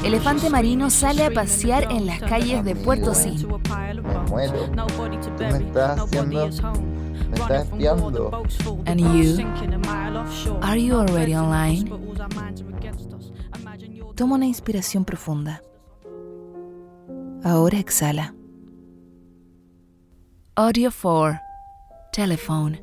Elefante marino sale a pasear en las calles de Puerto Sim. Me muero. Tú me estás haciendo... Me estás espiando. And you? Are you already online? Toma una inspiración profunda. Ahora exhala. Audio 4. Telephone.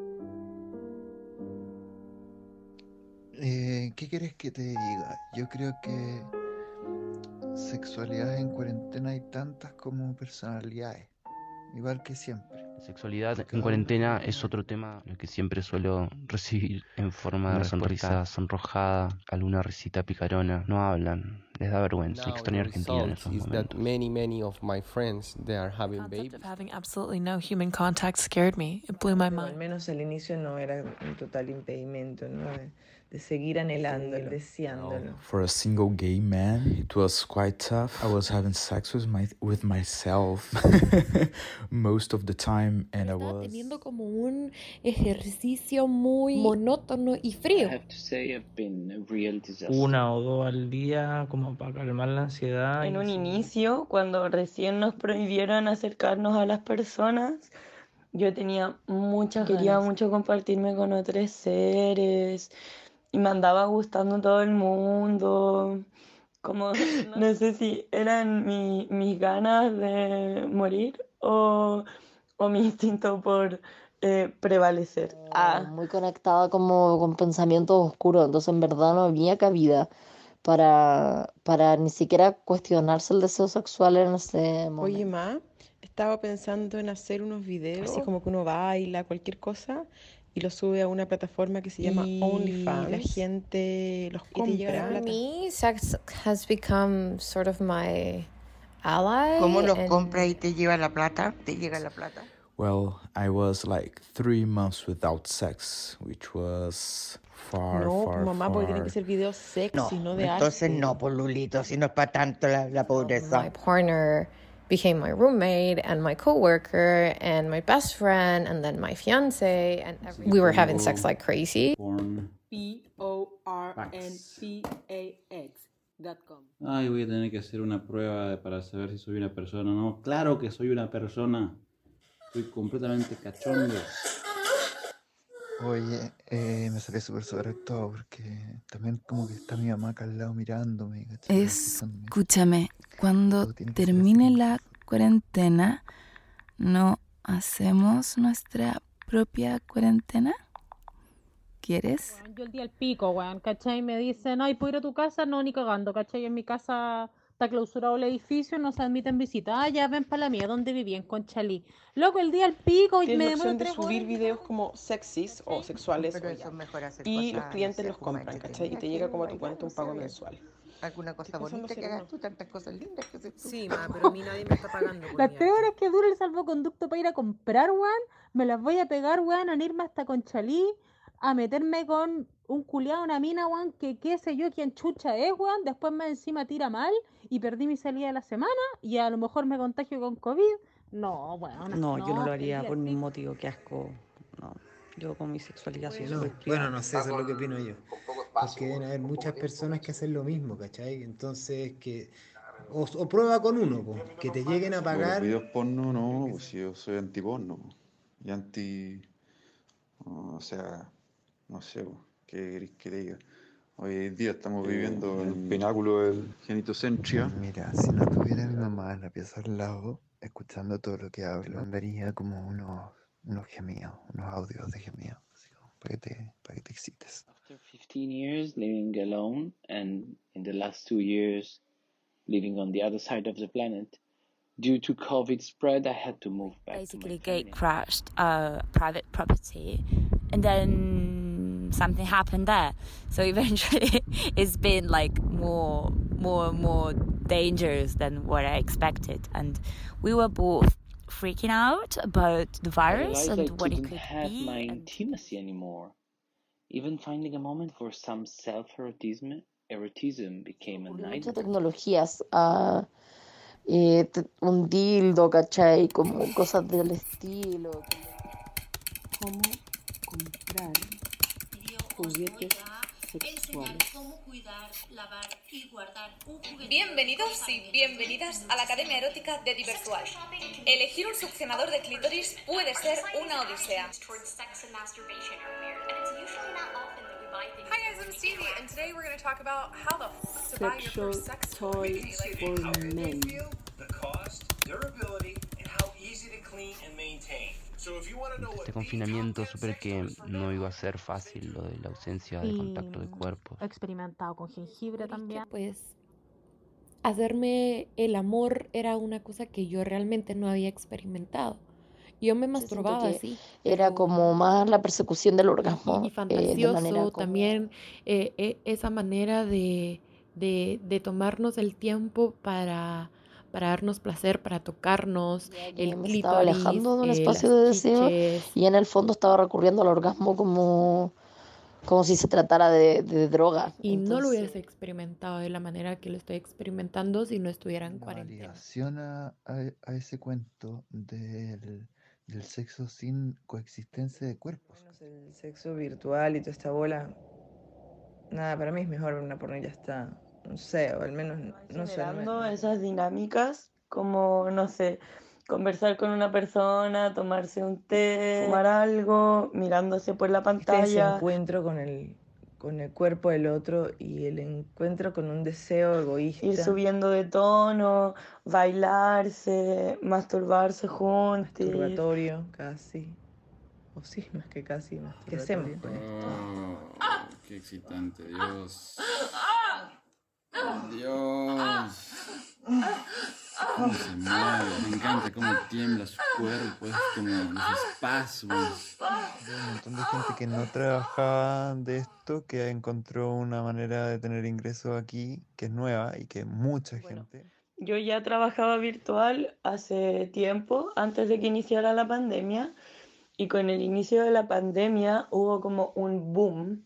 ¿Qué quieres que te diga? Yo creo que sexualidades en cuarentena hay tantas como personalidades, igual que siempre. La sexualidad en cuarentena es otro tema que siempre suelo recibir en forma de una sonrisa sonrojada, alguna risita picarona. No hablan, les da vergüenza. Extraño Argentina en esos momentos. Many of my friends they are having babies. The concept of having absolutely no human contact scared me. It blew my mind. Al menos al inicio no era un total impedimento, ¿no? De seguir anhelándolo, deseándolo. For a single gay man, it was quite tough. I was having sex with myself most of the time, and I was teniendo como un ejercicio muy monótono y frío. Una o dos al día como para calmar la ansiedad. En un inicio, cuando recién nos prohibieron acercarnos a las personas, yo tenía quería mucho compartirme con otros seres y me andaba gustando todo el mundo. Como no sé si eran mis ganas de morir o mi instinto por prevalecer. Muy conectada como con pensamientos oscuros, entonces en verdad no había cabida para ni siquiera cuestionarse el deseo sexual en ese momento. Oye, ma, estaba pensando en hacer unos videos, así como que uno baila, cualquier cosa, y lo sube a una plataforma que se llama OnlyFans. La gente los compra. For me, sex has become sort of my ally. ¿Cómo los compra y te lleva la plata? ¿Te llega la plata? well, I was like 3 months without sex, which was far. Mamá, porque tienen que ser videos sexy, no de entonces arte. no, por Lulito, si no es para tanto la pobreza. My partner became my roommate and my coworker and my best friend and then my fiance, and we were having sex like crazy. pornpax.com. Ay, voy a tener que hacer una prueba para saber si soy una persona o no. Claro que soy una persona. Soy completamente cachondo. Oye, me salió súper actuado porque también como que está mi mamá acá al lado mirándome. ¿Cachai? Escúchame, cuando termine la cuarentena, ¿no hacemos nuestra propia cuarentena? ¿Quieres? Yo el día al pico, weón, ¿cachai? Me dicen, ay, ¿puedo ir a tu casa? No, ni cagando, ¿cachai? En mi casa está clausurado el edificio, no se admiten visitas. Ah, ya ven para la mía, donde viví, en Conchalí. Loco, el día al pico y me Tienes la demoro opción de 3 subir horas. videos como sexys o sexuales. Pero eso es mejor hacer y cosas, los clientes no sé, los compran, ¿cachai? Y te llega como a tu cuenta un pago mensual. Alguna cosa bonita que hagas tú, tantas cosas lindas que haces tú. Sí, ma, pero a mí nadie me está pagando. Las 3 horas que dura el salvoconducto para ir a comprar, weón, me las voy a pegar, weón, a irme hasta Conchalí, a meterme con un culiado, una mina, weón, que qué sé yo quién chucha es, weón, después me encima tira mal y perdí mi salida de la semana y a lo mejor me contagio con COVID. No, weón. No, yo no lo haría por ningún motivo, qué asco. No, yo con mi sexualidad soy súper privada. Bueno, no sé, eso es lo que opino yo. Porque deben haber muchas personas que hacen lo mismo, ¿cachai? Entonces, que... O prueba con uno, po, que te lleguen a pagar... Los videos porno, no, pues yo soy anti-porno. Y anti... O sea, no sé, ¿qué querés que te diga? Hoy en día estamos viviendo en el pináculo del genitocentria. Mira, si no tuviera a mi mamá en la pieza al lado, escuchando todo lo que hablo, mandaría como unos gemidos, unos audios de gemidos, así como para que te excites. After 15 years living alone and in the last 2 years living on the other side of the planet, due to COVID spread, I had to move back. Basically, gate crashed private property, and then something happened there. So eventually, it's been like more dangerous than what I expected, and we were both freaking out about the virus and what it could have be. My intimacy anymore. Even finding a moment for some self-erotism became a nightmare. Muchas tecnologías, un dildo, ¿cachai? Como cosas del estilo. ¿Cómo comprar juguetes sexuales. Cómo cuidar, lavar y guardar un juguete. Bienvenidos y bienvenidas a la Academia Erótica de Diversual. Elegir un succionador de clítoris puede ser una odisea. Hi guys, I'm Stevie, and today we're going to talk about how the fuck to buy your first sex toy for men. The cost, durability, and how easy to clean and maintain. Este confinamiento supe que no iba a ser fácil lo de la ausencia de contacto de cuerpos. He experimentado con jengibre también. Pues hacerme el amor era una cosa que yo realmente no había experimentado. Yo me masturbaba así. Era como más la persecución del orgasmo. Y fantasioso también esa manera de tomarnos el tiempo para darnos placer, para tocarnos, el clítoris, estaba alejando de un espacio de deseo y en el fondo estaba recurriendo al orgasmo como si se tratara de droga. Y entonces, no lo hubiese experimentado de la manera que lo estoy experimentando si no estuviera en cuarentena. Variación a ese cuento del sexo sin coexistencia de cuerpos. El sexo virtual y toda esta bola, nada, para mí es mejor ver una porno y ya está. No sé, o al menos no sé. Esas dinámicas, como, no sé, conversar con una persona, tomarse un té, fumar algo, mirándose por la pantalla. Ese encuentro con el cuerpo del otro y el encuentro con un deseo egoísta. Ir subiendo de tono, bailarse, masturbarse juntos. Masturbatorio, casi. O sí, más que casi. ¿Qué hacemos con esto? Qué excitante, Dios. Dios, cómo se mueve, me encanta cómo tiembla su cuerpo, es como los espasmos. Hay un montón de gente que no trabajaba de esto, que encontró una manera de tener ingresos aquí, que es nueva y que mucha gente... Yo ya trabajaba virtual hace tiempo, antes de que iniciara la pandemia, y con el inicio de la pandemia hubo como un boom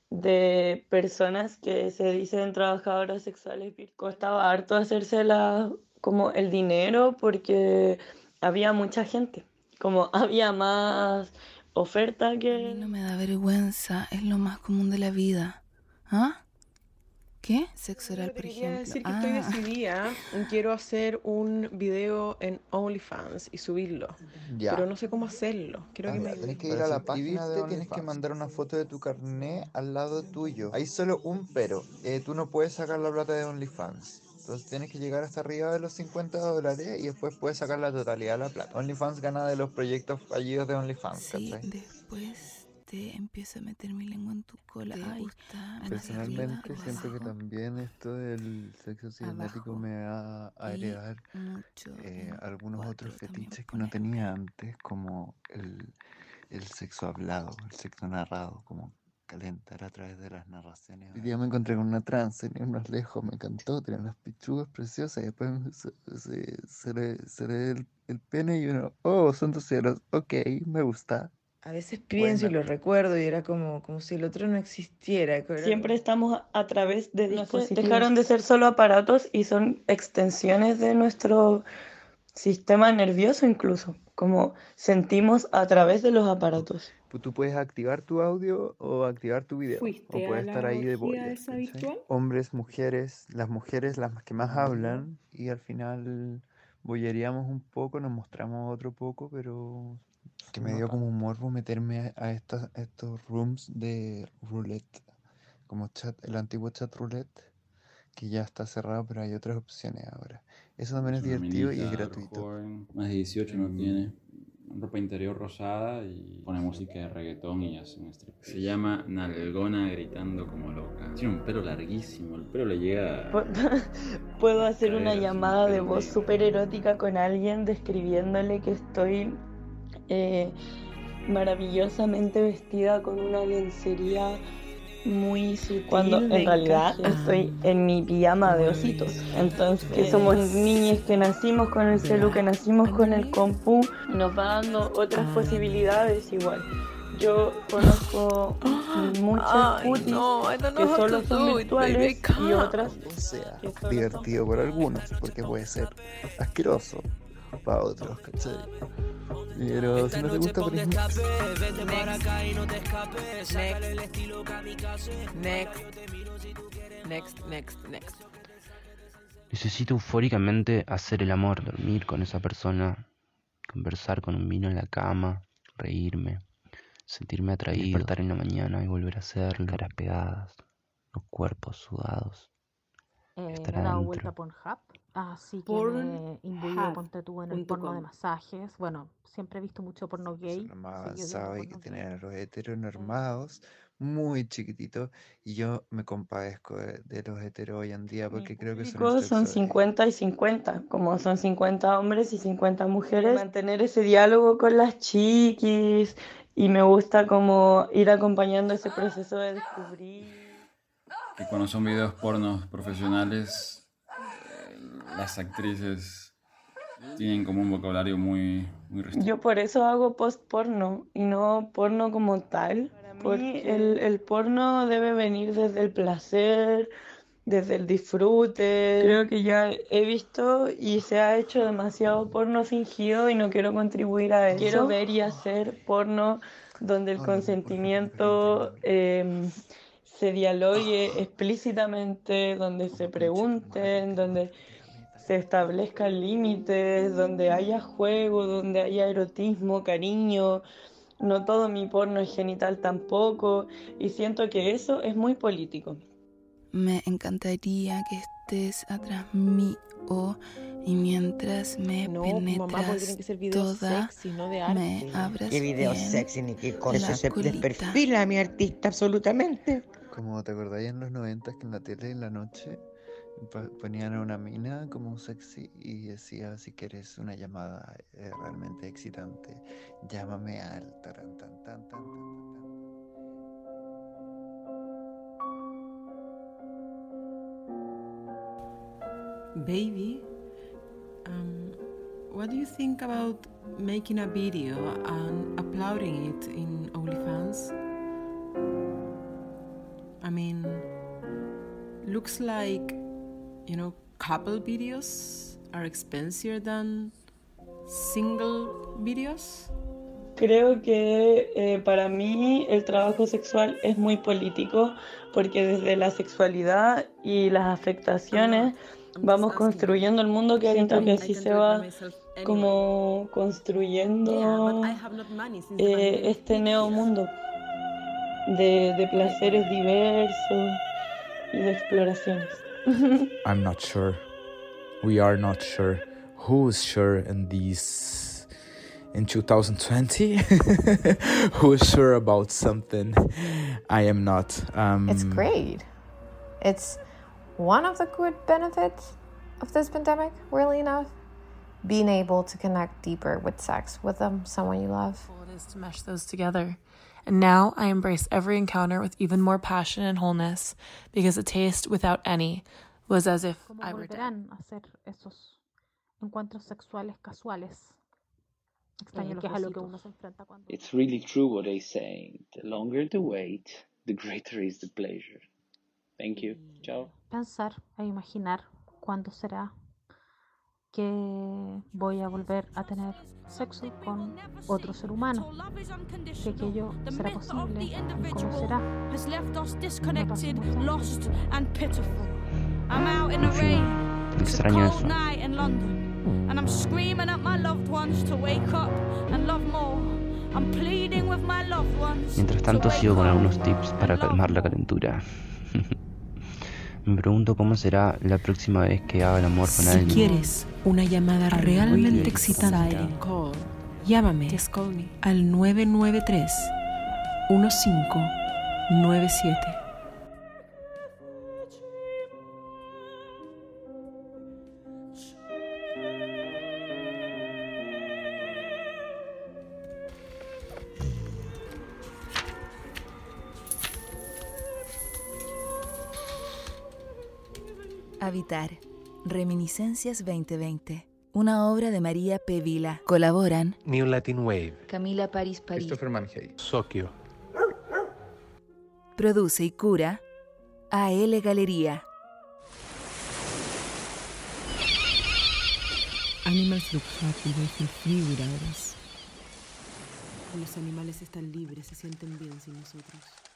de personas que se dicen trabajadoras sexuales. Costaba harto hacérsela como el dinero porque había mucha gente, como había más oferta que... A mí no me da vergüenza, es lo más común de la vida. ¿Ah? ¿Qué? Sexo oral, por ejemplo. Quería decir que estoy decidida, quiero hacer un video en OnlyFans y subirlo, pero no sé cómo hacerlo. Quiero que me ayudes. Tienes que ir a la página de OnlyFans. Tienes que mandar una foto de tu carnet al lado tuyo. Hay solo un pero, tú no puedes sacar la plata de OnlyFans. Entonces tienes que llegar hasta arriba de los $50 y después puedes sacar la totalidad de la plata. OnlyFans gana de los proyectos fallidos de OnlyFans, sí, ¿cachai? Después empiezo a meter mi lengua en tu cola. ¿Te gusta? Personalmente siento que también esto del sexo cibernético me va a heredar algunos otros fetiches que no tenía antes, como el sexo hablado, el sexo narrado, como calentar a través de las narraciones. Hoy día me encontré con una trans, tenía unos lejos, me encantó, tenía unas pichugas preciosas y después se le el pene y uno, oh, son 2 ceros, ok, me gusta. A veces pienso y lo recuerdo y era como si el otro no existiera. Siempre estamos a través de dispositivos. Dejaron de ser solo aparatos y son extensiones de nuestro sistema nervioso incluso. Como sentimos a través de los aparatos. Tú puedes activar tu audio o activar tu video. O puedes estar ahí de voyeur. Hombres, mujeres, las que más hablan y al final voyeríamos un poco, nos mostramos otro poco, pero... Que me dio como un morbo meterme a estos rooms de roulette, como el antiguo chat roulette, que ya está cerrado, pero hay otras opciones ahora. Eso también es divertido y es gratuito. Joven, más de 18 no tiene, ropa interior rosada y pone música de reggaetón y hace un strip. Se llama Nalgona gritando como loca. Tiene un pelo larguísimo, el pelo le llega... Puedo hacer una llamada de voz súper erótica con alguien describiéndole que estoy... maravillosamente vestida con una lencería muy sutil, cuando en realidad estoy en mi pijama de ositos. Entonces, que somos niñas que nacimos con el celu, que nacimos con el compu, nos va dando otras posibilidades igual. Yo conozco muchas putis que solo son virtuales y otras sea divertido para algunos, porque puede ser asqueroso para otros, ¿cachai? Pero si no te gusta, por ejemplo... Next. Necesito eufóricamente hacer el amor, dormir con esa persona, conversar con un vino en la cama, reírme, sentirme atraído, despertar en la mañana y volver a hacerlo, caras pegadas, los cuerpos sudados. Estar ¿No he dado adentro. vuelta a Pornhub? Así que me imbuido, ponte tú, en el porno de masajes. Bueno, siempre he visto mucho porno gay. Lo más avanzado y que tienen a los heteronormados muy chiquititos, y yo me compadezco de los heteros hoy en día porque creo que Son 50 y 50, como son 50 hombres y 50 mujeres. Mantener ese diálogo con las chiquis, y me gusta como ir acompañando ese proceso de descubrir. Que cuando son videos pornos profesionales, las actrices tienen como un vocabulario muy restricto. Yo por eso hago post-porno y no porno como tal. Para mí el porno debe venir desde el placer, desde el disfrute. Creo que ya he visto y se ha hecho demasiado porno fingido y no quiero contribuir a eso. Quiero ver y hacer porno donde el consentimiento se dialogue explícitamente, donde se pregunten, donde se establezcan límites, donde haya juego, donde haya erotismo, cariño. No todo mi porno es genital tampoco, y siento que eso es muy político. Me encantaría que estés atrás mío y mientras me penetras toda, sexy, no de arte. me abras ¿Qué video bien sexy ni qué cosa? la Se colita. desperfila a mi artista absolutamente. Como te acordáis en los 90 que en la tele en la noche ponían a una mina como sexy y decía: si quieres una llamada realmente excitante, llámame al taran tan tan tan. Baby, what do you think about making a video and uploading it in OnlyFans? I mean, looks like, couple videos are expensier than single videos. Creo que para mí el trabajo sexual es muy político, porque desde la sexualidad y las afectaciones vamos construyendo el mundo, que siento que así se va como construyendo este nuevo mundo de placeres diversos y de exploraciones. I'm not sure. We are not sure. Who's sure in 2020? Who's sure about something? I am not. It's great. It's one of the good benefits of this pandemic, really enough. Being able to connect deeper with sex with someone you love. It is to mesh those together. And now I embrace every encounter with even more passion and wholeness, because a taste without any was as if I were dead. ¿Cómo volverán a hacer esos encuentros sexuales casuales? Extraño que es a lo que uno se enfrenta cuando... It's really true what they say. The longer the wait, the greater is the pleasure. Thank you. Chao. Pensar e imaginar cuándo será que voy a volver a tener sexo con otro ser humano, si aquello será posible y cómo será. En fin, extraño eso. Mientras tanto sigo con algunos tips para calmar la calentura. Me pregunto cómo será la próxima vez que haga el amor con alguien. Si quieres una llamada realmente excitante, llámame al 993-1597. Habitar. Reminiscencias 2020. Una obra de María P. Vila. Colaboran New Latin Wave, Camila París. Christopher Manhey, Sokio. Produce y cura A.L. Galería. Animals look happy, they feel free without us. Los animales están libres, se sienten bien sin nosotros.